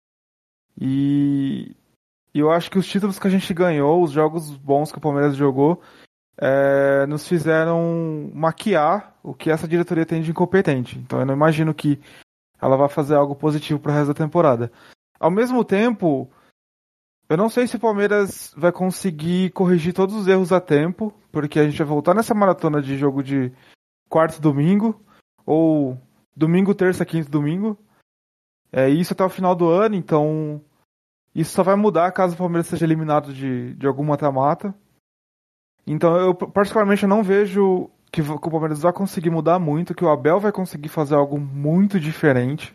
Speaker 7: E eu acho que os títulos que a gente ganhou, os jogos bons que o Palmeiras jogou, nos fizeram maquiar o que essa diretoria tem de incompetente. Então eu não imagino que ela vai fazer algo positivo pro resto da temporada. Ao mesmo tempo, eu não sei se o Palmeiras vai conseguir corrigir todos os erros a tempo, porque a gente vai voltar nessa maratona de jogo de quarto e domingo, ou domingo, terça, quinta e domingo. Isso até o final do ano, então isso só vai mudar caso o Palmeiras seja eliminado de algum mata-mata. Então eu particularmente não vejo que o Palmeiras vai conseguir mudar muito, que o Abel vai conseguir fazer algo muito diferente.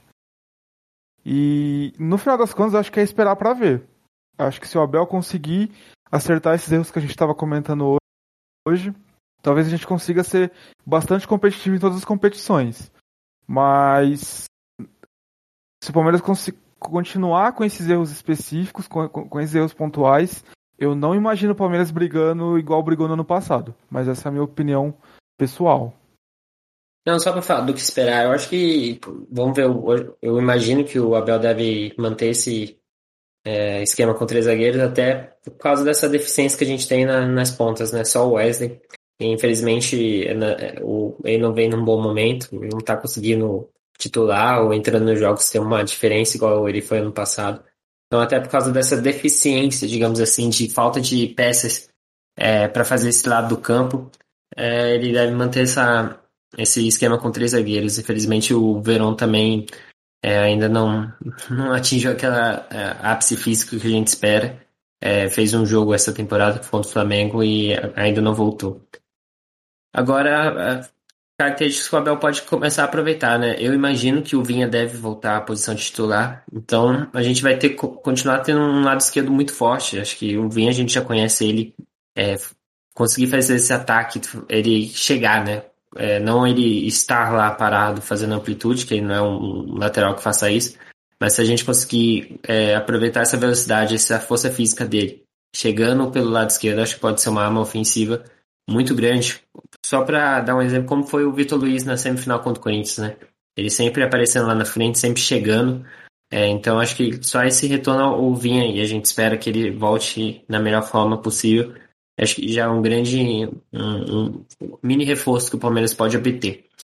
Speaker 7: E no final das contas, acho que é esperar para ver. Acho que se o Abel conseguir acertar esses erros que a gente estava comentando hoje, talvez a gente consiga ser bastante competitivo em todas as competições. Mas se o Palmeiras continuar com esses erros específicos, com esses erros pontuais, eu não imagino o Palmeiras brigando igual brigou no ano passado. Mas essa é a minha opinião pessoal.
Speaker 5: Não, só para falar do que esperar, eu acho que, vamos ver, eu imagino que o Abel deve manter esse esquema com 3 zagueiros, até por causa dessa deficiência que a gente tem nas pontas, né? Só o Wesley, infelizmente, ele não vem num bom momento, ele não está conseguindo titular ou entrando nos jogos ter uma diferença igual ele foi ano passado. Então, até por causa dessa deficiência, digamos assim, de falta de peças para fazer esse lado do campo, ele deve manter esse esquema com 3 zagueiros. Infelizmente o Verón também ainda não atingiu aquela ápice físico que a gente espera. Fez um jogo essa temporada contra o Flamengo e ainda não voltou. Agora, características que o Abel pode começar a aproveitar, né? Eu imagino que o Vinha deve voltar à posição de titular, então a gente vai continuar tendo um lado esquerdo muito forte. Acho que o Vinha a gente já conhece ele, conseguir fazer esse ataque, ele chegar, né? Não ele estar lá parado fazendo amplitude, que ele não é um lateral que faça isso, mas se a gente conseguir aproveitar essa velocidade, essa força física dele, chegando pelo lado esquerdo, acho que pode ser uma arma ofensiva muito grande. Só para dar um exemplo, como foi o Vitor Luiz na semifinal contra o Corinthians, né? Ele sempre aparecendo lá na frente, sempre chegando. Então acho que só esse retorno ao Vinha e a gente espera que ele volte na melhor forma possível. Acho que já é um grande um mini reforço que o Palmeiras pode obter.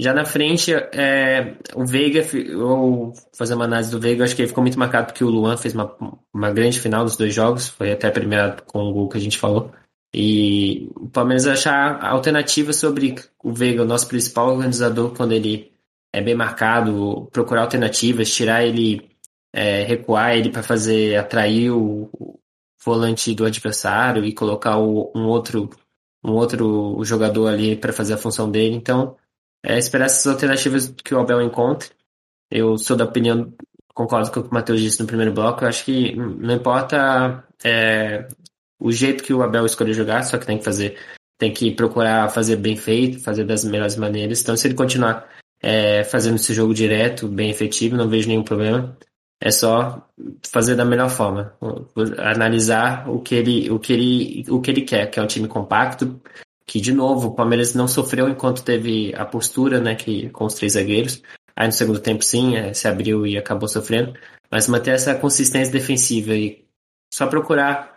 Speaker 5: Já na frente, o Veiga, eu vou fazer uma análise do Veiga, eu acho que ele ficou muito marcado porque o Luan fez uma grande final nos 2 jogos, foi até premiado com o gol que a gente falou. E o Palmeiras achar alternativas sobre o Veiga, o nosso principal organizador, quando ele é bem marcado, procurar alternativas, tirar ele, recuar ele para fazer atrair o volante do adversário e colocar um outro jogador ali para fazer a função dele. Então, esperar essas alternativas que o Abel encontre. Eu sou da opinião, concordo com o que o Matheus disse no primeiro bloco, eu acho que não importa o jeito que o Abel escolher jogar, só que tem que procurar fazer bem feito, fazer das melhores maneiras. Então, se ele continuar fazendo esse jogo direto, bem efetivo, não vejo nenhum problema. É só fazer da melhor forma, analisar o que ele quer, que é um time compacto, que, de novo, o Palmeiras não sofreu enquanto teve a postura, né, com os 3 zagueiros. Aí no segundo tempo, sim, se abriu e acabou sofrendo, mas manter essa consistência defensiva e só procurar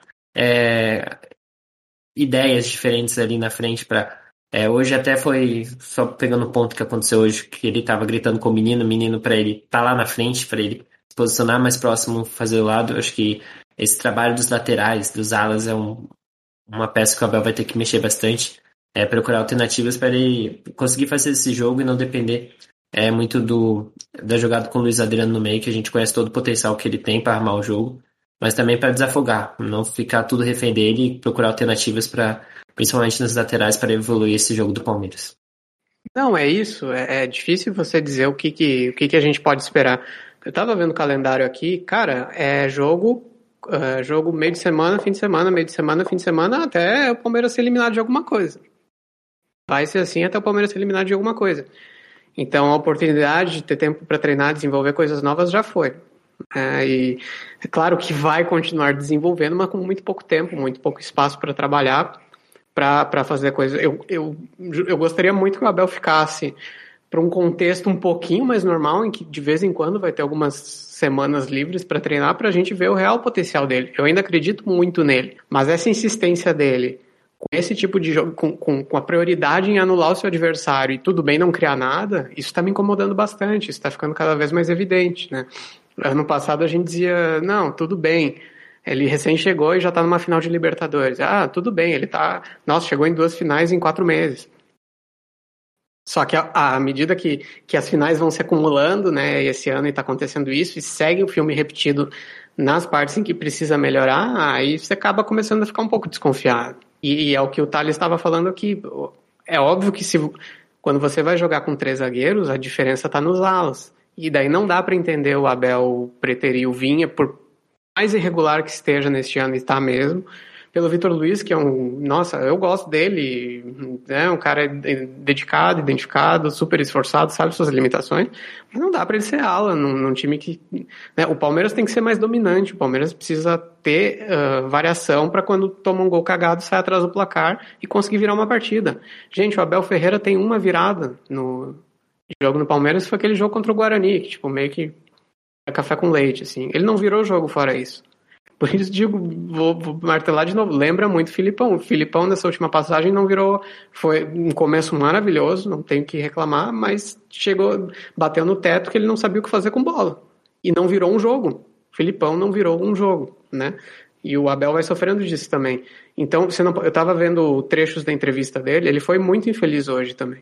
Speaker 5: ideias diferentes ali na frente para... hoje até foi, só pegando o ponto que aconteceu hoje, que ele estava gritando com o menino para ele estar lá na frente, para ele se posicionar mais próximo, fazer o lado. Eu acho que esse trabalho dos laterais, dos alas, é uma peça que o Abel vai ter que mexer bastante, procurar alternativas para ele conseguir fazer esse jogo e não depender muito da jogada com o Luiz Adriano no meio, que a gente conhece todo o potencial que ele tem para armar o jogo, mas também para desafogar, não ficar tudo refém dele e procurar alternativas principalmente nas laterais, para evoluir esse jogo do Palmeiras.
Speaker 6: Não, é isso. É difícil você dizer o que a gente pode esperar. Eu tava vendo o calendário aqui, cara, jogo meio de semana, fim de semana, meio de semana, fim de semana, até o Palmeiras ser eliminado de alguma coisa. Vai ser assim até o Palmeiras ser eliminado de alguma coisa. Então, a oportunidade de ter tempo para treinar, desenvolver coisas novas já foi. E é claro que vai continuar desenvolvendo, mas com muito pouco tempo, muito pouco espaço para trabalhar, para fazer coisas. Eu gostaria muito que o Abel ficasse para um contexto um pouquinho mais normal, em que de vez em quando vai ter algumas semanas livres para treinar, para a gente ver o real potencial dele. Eu ainda acredito muito nele, mas essa insistência dele com esse tipo de jogo, com a prioridade em anular o seu adversário e tudo bem não criar nada, isso está me incomodando bastante, isso está ficando cada vez mais evidente, né? Ano passado a gente dizia, não, tudo bem, ele recém chegou e já está numa final de Libertadores. Tudo bem, chegou em 2 finais em 4 meses. Só que à medida que as finais vão se acumulando, né, esse ano está acontecendo isso, e segue o filme repetido nas partes em que precisa melhorar, aí você acaba começando a ficar um pouco desconfiado. E é o que o Thales estava falando aqui. É óbvio que quando você vai jogar com 3 zagueiros, a diferença está nos alas. E daí não dá para entender o Abel preterir o Vinha, por mais irregular que esteja neste ano, e está mesmo, pelo Vitor Luiz, que é eu gosto dele, é um cara dedicado, identificado, super esforçado, sabe suas limitações, mas não dá para ele ser ala num time que... Né, o Palmeiras tem que ser mais dominante, o Palmeiras precisa ter variação para quando toma um gol cagado, sair atrás do placar e conseguir virar uma partida. Gente, o Abel Ferreira tem uma virada no jogo no Palmeiras, foi aquele jogo contra o Guarani, que meio que é café com leite, assim. Ele não virou o jogo fora isso. Por isso digo, vou martelar de novo, lembra muito o Filipão. O Filipão nessa última passagem não virou, foi um começo maravilhoso, não tenho que reclamar, mas bateu no teto que ele não sabia o que fazer com bola. E não virou um jogo. O Filipão não virou um jogo, né? E o Abel vai sofrendo disso também. Então, eu estava vendo trechos da entrevista dele, ele foi muito infeliz hoje também.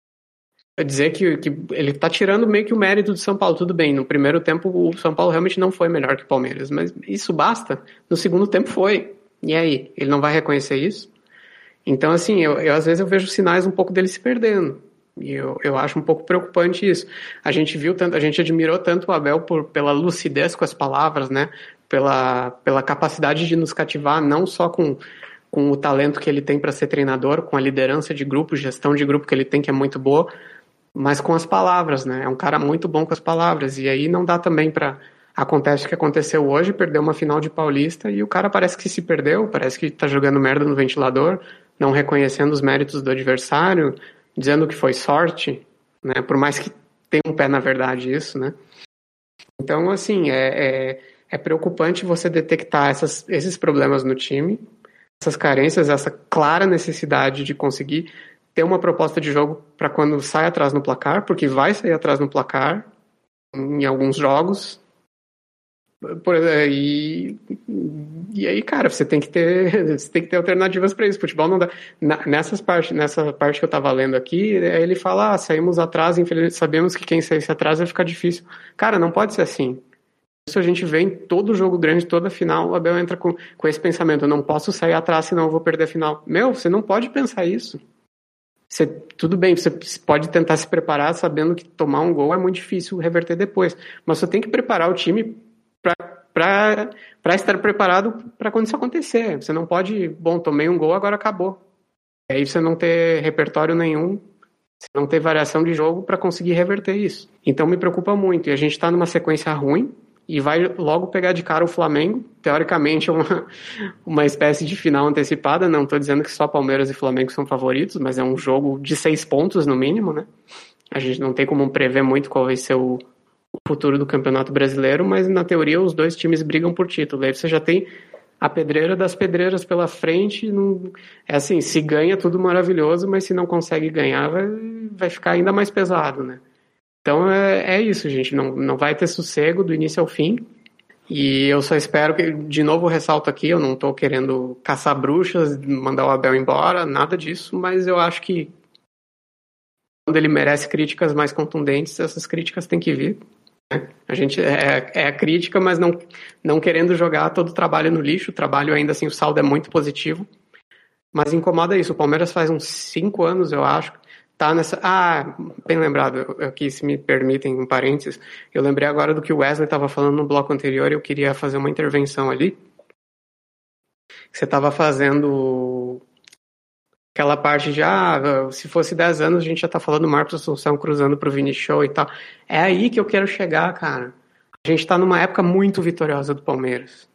Speaker 6: Dizer que ele está tirando meio que o mérito do São Paulo, tudo bem, no primeiro tempo o São Paulo realmente não foi melhor que o Palmeiras, mas isso basta, no segundo tempo foi, e aí, ele não vai reconhecer isso? Então assim, eu às vezes eu vejo sinais um pouco dele se perdendo, e eu acho um pouco preocupante isso. A gente admirou tanto o Abel pela lucidez com as palavras, né, pela capacidade de nos cativar, não só com o talento que ele tem para ser treinador, com a liderança de grupo, gestão de grupo que ele tem, que é muito boa, mas com as palavras, né? É um cara muito bom com as palavras, e aí não dá também para... Acontece o que aconteceu hoje, perdeu uma final de Paulista, e o cara parece que se perdeu, parece que tá jogando merda no ventilador, não reconhecendo os méritos do adversário, dizendo que foi sorte, né? Por mais que tenha um pé na verdade isso, né? Então, assim, é preocupante você detectar esses problemas no time, essas carências, essa clara necessidade de conseguir ter uma proposta de jogo para quando sai atrás no placar, porque vai sair atrás no placar em alguns jogos. E aí, cara, você tem que ter alternativas para isso. Futebol não dá. Nessa parte que eu tava lendo aqui, ele fala, saímos atrás, infelizmente sabemos que quem saísse atrás vai ficar difícil. Cara, não pode ser assim. Isso a gente vê em todo jogo grande, toda final, o Abel entra com esse pensamento, eu não posso sair atrás, senão eu vou perder a final. Você não pode pensar isso. Tudo bem, você pode tentar se preparar sabendo que tomar um gol é muito difícil reverter depois, mas você tem que preparar o time para estar preparado para quando isso acontecer. Você não pode, tomei um gol, agora acabou. Aí você não ter repertório nenhum, você não ter variação de jogo para conseguir reverter isso. Então me preocupa muito, e a gente está numa sequência ruim, e vai logo pegar de cara o Flamengo, teoricamente uma espécie de final antecipada, não estou dizendo que só Palmeiras e Flamengo são favoritos, mas é um jogo de 6 pontos no mínimo, né? A gente não tem como prever muito qual vai ser o futuro do Campeonato Brasileiro, mas na teoria os dois times brigam por título, aí você já tem a pedreira das pedreiras pela frente, é assim, se ganha tudo maravilhoso, mas se não consegue ganhar vai ficar ainda mais pesado, né? Então é isso, gente, não vai ter sossego do início ao fim, e eu só espero que, de novo ressalto aqui, eu não estou querendo caçar bruxas, mandar o Abel embora, nada disso, mas eu acho que quando ele merece críticas mais contundentes, essas críticas têm que vir, né? A gente é a crítica, mas não querendo jogar todo o trabalho no lixo, o trabalho ainda assim, o saldo é muito positivo, mas incomoda isso, o Palmeiras faz uns 5 anos, eu acho, tá nessa... bem lembrado, aqui se me permitem um parênteses, eu lembrei agora do que o Wesley estava falando no bloco anterior e eu queria fazer uma intervenção ali. Você estava fazendo aquela parte de, se fosse 10 anos a gente já tá falando do Marcos Assunção cruzando pro Vini Show e tal. É aí que eu quero chegar, cara. A gente tá numa época muito vitoriosa do Palmeiras.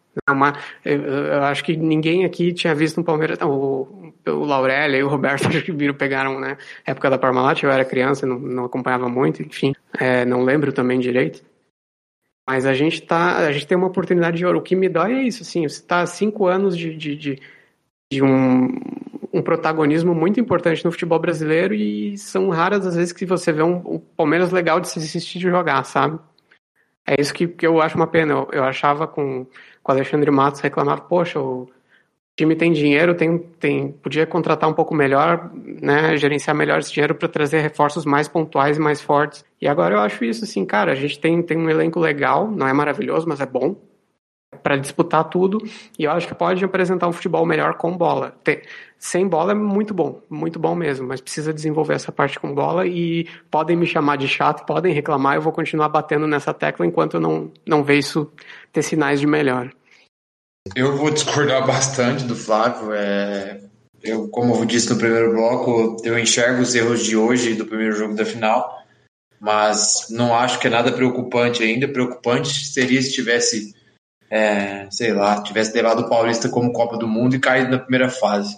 Speaker 6: Eu acho que ninguém aqui tinha visto um Palmeiras... O Laurélio e o Roberto acho que pegaram, né? Época da Parmalat, eu era criança, não acompanhava muito, enfim. Não lembro também direito. Mas a gente tem uma oportunidade de ouro. O que me dói é isso, assim, você tá há 5 anos de um protagonismo muito importante no futebol brasileiro e são raras as vezes que você vê um Palmeiras legal de se assistir jogar, sabe? É isso que eu acho uma pena. Eu achava com o Alexandre Matos, reclamava, poxa, o time tem dinheiro, podia contratar um pouco melhor, né, gerenciar melhor esse dinheiro para trazer reforços mais pontuais e mais fortes. E agora eu acho isso assim, cara, a gente tem um elenco legal, não é maravilhoso, mas é bom para disputar tudo, e eu acho que pode apresentar um futebol melhor com bola. Sem bola é muito bom mesmo, mas precisa desenvolver essa parte com bola, e podem me chamar de chato, podem reclamar, eu vou continuar batendo nessa tecla enquanto eu não ver isso ter sinais de melhor.
Speaker 4: Eu vou discordar bastante do Flávio. Como eu disse no primeiro bloco, eu enxergo os erros de hoje do primeiro jogo da final, mas não acho que é nada preocupante ainda. Preocupante seria se tivesse levado o Paulista como Copa do Mundo e caído na primeira fase.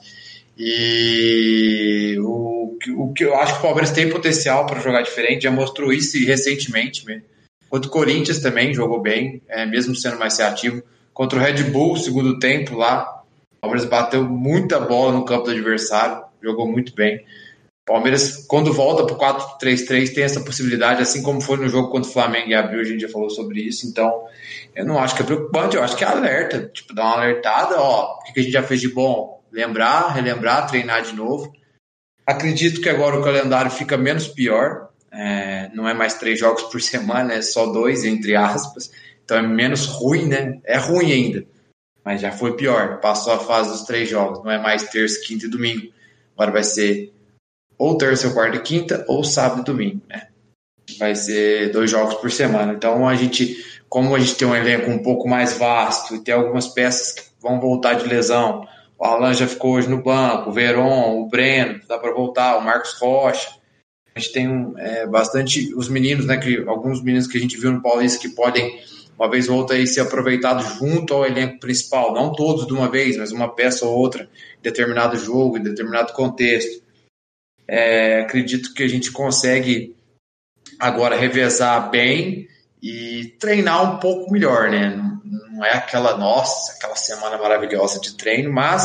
Speaker 4: E o que eu acho que o Palmeiras tem potencial para jogar diferente, já mostrou isso recentemente mesmo. Contra o Corinthians também jogou bem, mesmo sendo mais reativo. Contra o Red Bull, segundo tempo lá, o Palmeiras bateu muita bola no campo do adversário, jogou muito bem. O Palmeiras, quando volta para o 4-3-3, tem essa possibilidade, assim como foi no jogo contra o Flamengo em abril, a gente já falou sobre isso. Então, eu não acho que é preocupante, eu acho que é alerta, dar uma alertada, o que a gente já fez de bom? Relembrar, treinar de novo. Acredito que agora o calendário fica menos pior, não é mais 3 jogos por semana, é só 2, entre aspas. Então é menos ruim, né? É ruim ainda, mas já foi pior. Passou a fase dos 3 jogos. Não é mais terça, quinta e domingo. Agora vai ser ou terça, ou quarta e quinta, ou sábado e domingo, né? Vai ser 2 jogos por semana. Então como a gente tem um elenco um pouco mais vasto e tem algumas peças que vão voltar de lesão. O Alan já ficou hoje no banco, o Veron, o Breno, dá para voltar, o Marcos Rocha. A gente tem bastante os meninos, né? Alguns meninos que a gente viu no Paulista que podem uma vez ou outra aí ser aproveitado junto ao elenco principal, não todos de uma vez, mas uma peça ou outra em determinado jogo, em determinado contexto. Acredito que a gente consegue agora revezar bem e treinar um pouco melhor, né? Não é aquela semana maravilhosa de treino, mas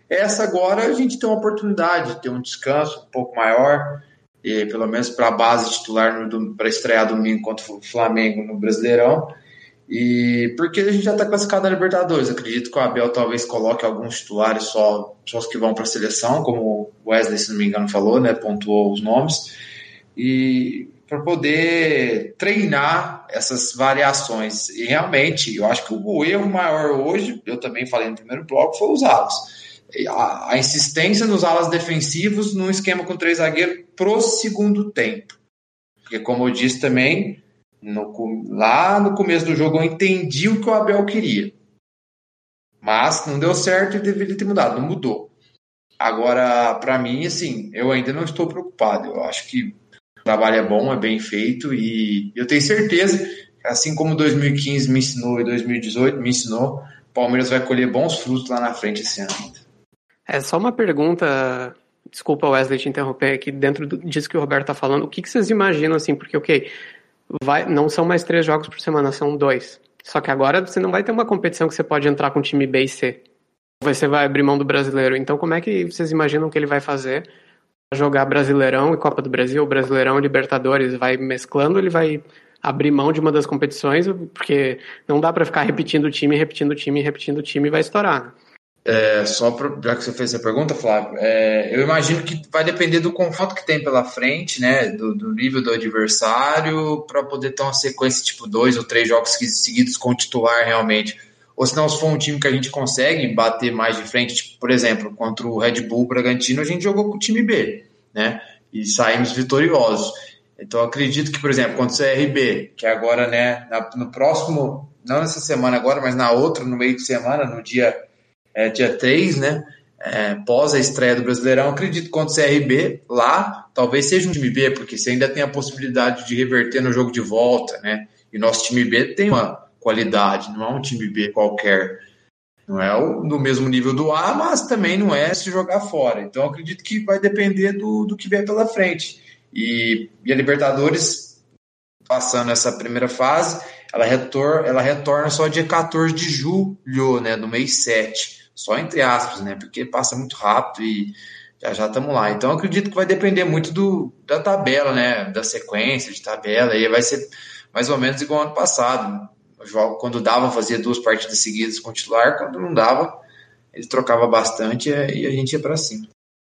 Speaker 4: Essa agora a gente tem uma oportunidade de ter um descanso um pouco maior, e pelo menos para a base titular para estrear domingo contra o Flamengo no Brasileirão. E porque a gente já está classificado na Libertadores, acredito que o Abel talvez coloque alguns titulares só os que vão para a seleção, como o Wesley, se não me engano, falou, né, pontuou os nomes, e para poder treinar essas variações. E realmente, eu acho que o erro maior hoje, eu também falei no primeiro bloco, foi os alas. A insistência nos alas defensivos num esquema com 3 zagueiros pro segundo tempo. Porque, como eu disse também, lá no começo do jogo eu entendi o que o Abel queria. Mas não deu certo e deveria ter mudado. Não mudou. Agora, para mim, assim, eu ainda não estou preocupado. Eu acho que o trabalho é bom, é bem feito e eu tenho certeza, assim como 2015 me ensinou e 2018 me ensinou, o Palmeiras vai colher bons frutos lá na frente esse ano ainda.
Speaker 6: É só uma pergunta, desculpa Wesley te interromper aqui, dentro disso que o Roberto tá falando, o que vocês imaginam assim, porque não são mais 3 jogos por semana, são 2. Só que agora você não vai ter uma competição que você pode entrar com time B e C. Você vai abrir mão do Brasileiro. Então como é que vocês imaginam que ele vai fazer para jogar Brasileirão e Copa do Brasil, Brasileirão e Libertadores? Vai mesclando, ele vai abrir mão de uma das competições, porque não dá para ficar repetindo o time e vai estourar.
Speaker 4: Já que você fez essa pergunta, Flávio, eu imagino que vai depender do confronto que tem pela frente, né, do nível do adversário, para poder ter uma sequência tipo 2 ou 3 jogos seguidos com o titular realmente. Ou se não, se for um time que a gente consegue bater mais de frente, tipo, por exemplo, contra o Red Bull Bragantino, a gente jogou com o time B, né, e saímos vitoriosos. Então eu acredito que, por exemplo, contra o CRB, que agora, né, no próximo, não nessa semana agora, mas na outra, no meio de semana, no dia 3, né? Pós a estreia do Brasileirão, acredito que contra o CRB, lá, talvez seja um time B, porque você ainda tem a possibilidade de reverter no jogo de volta, né? E nosso time B tem uma qualidade, não é um time B qualquer. Não é no mesmo nível do A, mas também não é se jogar fora. Então, acredito que vai depender do que vier pela frente. E a Libertadores, passando essa primeira fase, ela retorna só dia 14 de julho, né? Do mês 7. Só entre aspas, né? Porque passa muito rápido e já estamos lá. Então, eu acredito que vai depender muito da tabela, né? Da sequência de tabela. E vai ser mais ou menos igual ao ano passado. Quando dava, fazia 2 partidas seguidas com o titular. Quando não dava, ele trocava bastante e a gente ia para cima.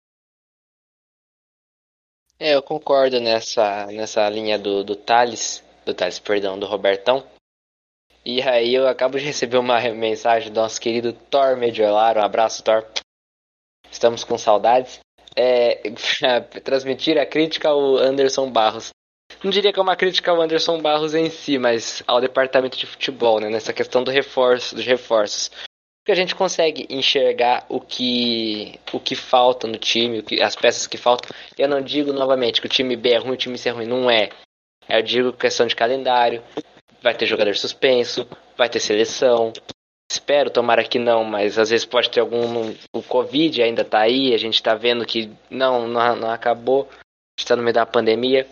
Speaker 3: Eu concordo nessa linha do Thales, do Robertão. E aí eu acabo de receber uma mensagem do nosso querido Thor Mediolar. Um abraço, Thor. Estamos com saudades. Pra transmitir a crítica ao Anderson Barros. Não diria que é uma crítica ao Anderson Barros em si, mas ao departamento de futebol, né? Nessa questão dos reforços. Porque a gente consegue enxergar o que falta no time, as peças que faltam. Eu não digo novamente que o time B é ruim, o time C é ruim. Não é. Eu digo questão de calendário. Vai ter jogador suspenso, vai ter seleção. Espero, tomara que não, mas às vezes pode ter o Covid ainda tá aí, a gente tá vendo que não acabou, a gente tá no meio da pandemia.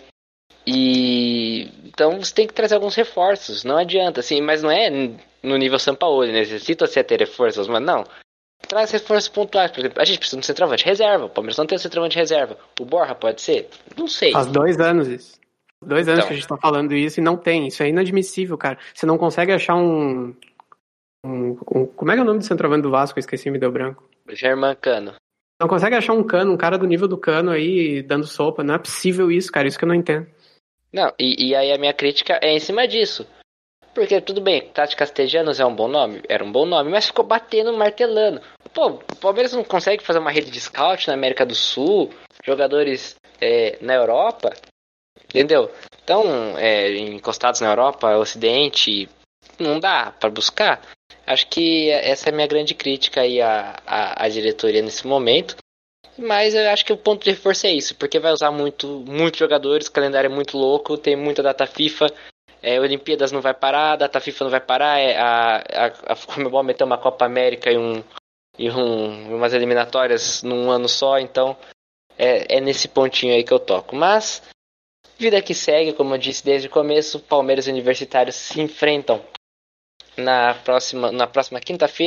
Speaker 3: Então você tem que trazer alguns reforços, não adianta, assim, mas não é no nível Sampaoli, necessita-se ter reforços, mas não. Traz reforços pontuais, por exemplo, a gente precisa de um centroavante reserva, o Palmeiras não tem um centroavante reserva. O Borja pode ser? Não sei.
Speaker 6: Faz 2 anos isso. 2 anos que a gente tá falando isso e não tem. Isso é inadmissível, cara. Você não consegue achar como é que é o nome do centroavante do Vasco? Eu esqueci, me deu branco.
Speaker 3: Germán Cano.
Speaker 6: Não consegue achar um cara do nível do Cano aí, dando sopa. Não é possível isso, cara. Isso que eu não entendo.
Speaker 3: Não, e aí a minha crítica é em cima disso. Porque, tudo bem, Tati Castellanos é um bom nome? Era um bom nome, mas ficou batendo, martelando. Pô, o Palmeiras não consegue fazer uma rede de scout na América do Sul, jogadores na Europa... Entendeu? Então, encostados na Europa, Ocidente, não dá para buscar. Acho que essa é a minha grande crítica aí à diretoria nesse momento. Mas eu acho que o ponto de reforço é isso, porque vai usar muitos jogadores, o calendário é muito louco, tem muita data FIFA, Olimpíadas não vai parar, data FIFA não vai parar, a Conmebol meteu uma Copa América e umas eliminatórias num ano só, então é nesse pontinho aí que eu toco. Mas... vida que segue, como eu disse desde o começo, Palmeiras e Universitário se enfrentam na próxima quinta-feira,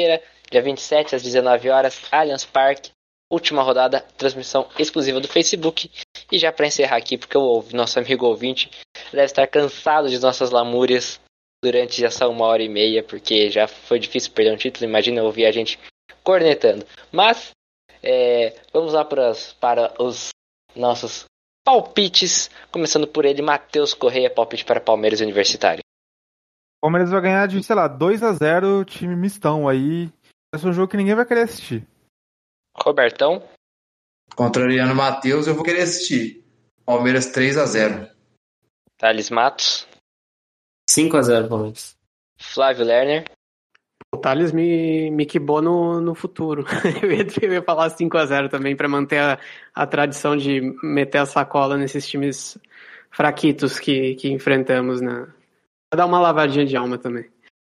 Speaker 3: dia 27 às 19 horas, Allianz Parque, última rodada, transmissão exclusiva do Facebook. E já para encerrar aqui, porque o nosso amigo ouvinte deve estar cansado de nossas lamúrias durante essa 1h30, porque já foi difícil perder um título, imagina ouvir a gente cornetando. Mas, vamos lá para os nossos palpites, começando por ele, Matheus Correia, palpite para Palmeiras Universitário.
Speaker 7: O Palmeiras vai ganhar de, 2-0, time mistão aí. Esse é um jogo que ninguém vai querer assistir.
Speaker 3: Robertão.
Speaker 4: Contrariando o Matheus, eu vou querer assistir. Palmeiras 3-0.
Speaker 3: Thales Matos.
Speaker 5: 5-0, Palmeiras.
Speaker 3: Flávio Lerner.
Speaker 6: O Thales me quibou no futuro. Eu ia falar 5-0 também, para manter a tradição de meter a sacola nesses times fraquitos que enfrentamos, né? Pra dar uma lavadinha de alma também.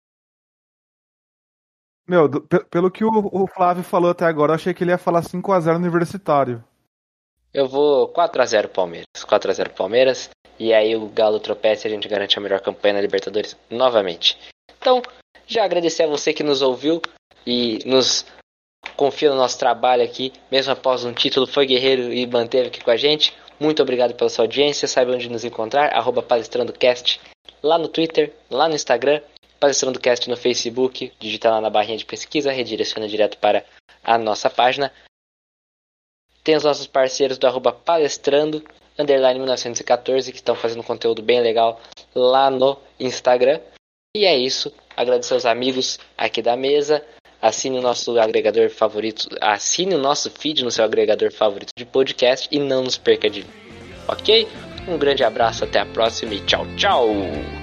Speaker 7: Meu, pelo que o Flávio falou até agora, eu achei que ele ia falar 5-0 Universitário.
Speaker 3: Eu vou 4-0 Palmeiras. 4-0 Palmeiras. E aí o Galo tropeça e a gente garante a melhor campanha na Libertadores novamente. Então, já agradecer a você que nos ouviu e nos confia no nosso trabalho aqui, mesmo após um título, foi guerreiro e manteve aqui com a gente. Muito obrigado pela sua audiência. Saiba onde nos encontrar, @palestrandocast, lá no Twitter, lá no Instagram, Palestrandocast no Facebook, digita lá na barrinha de pesquisa, redireciona direto para a nossa página. Tem os nossos parceiros do @palestrando, _1914, que estão fazendo conteúdo bem legal lá no Instagram. E é isso. Agradecer aos amigos aqui da mesa. Assine o nosso agregador favorito. Assine o nosso feed no seu agregador favorito de podcast e não nos perca de vista. Ok? Um grande abraço, até a próxima e tchau, tchau!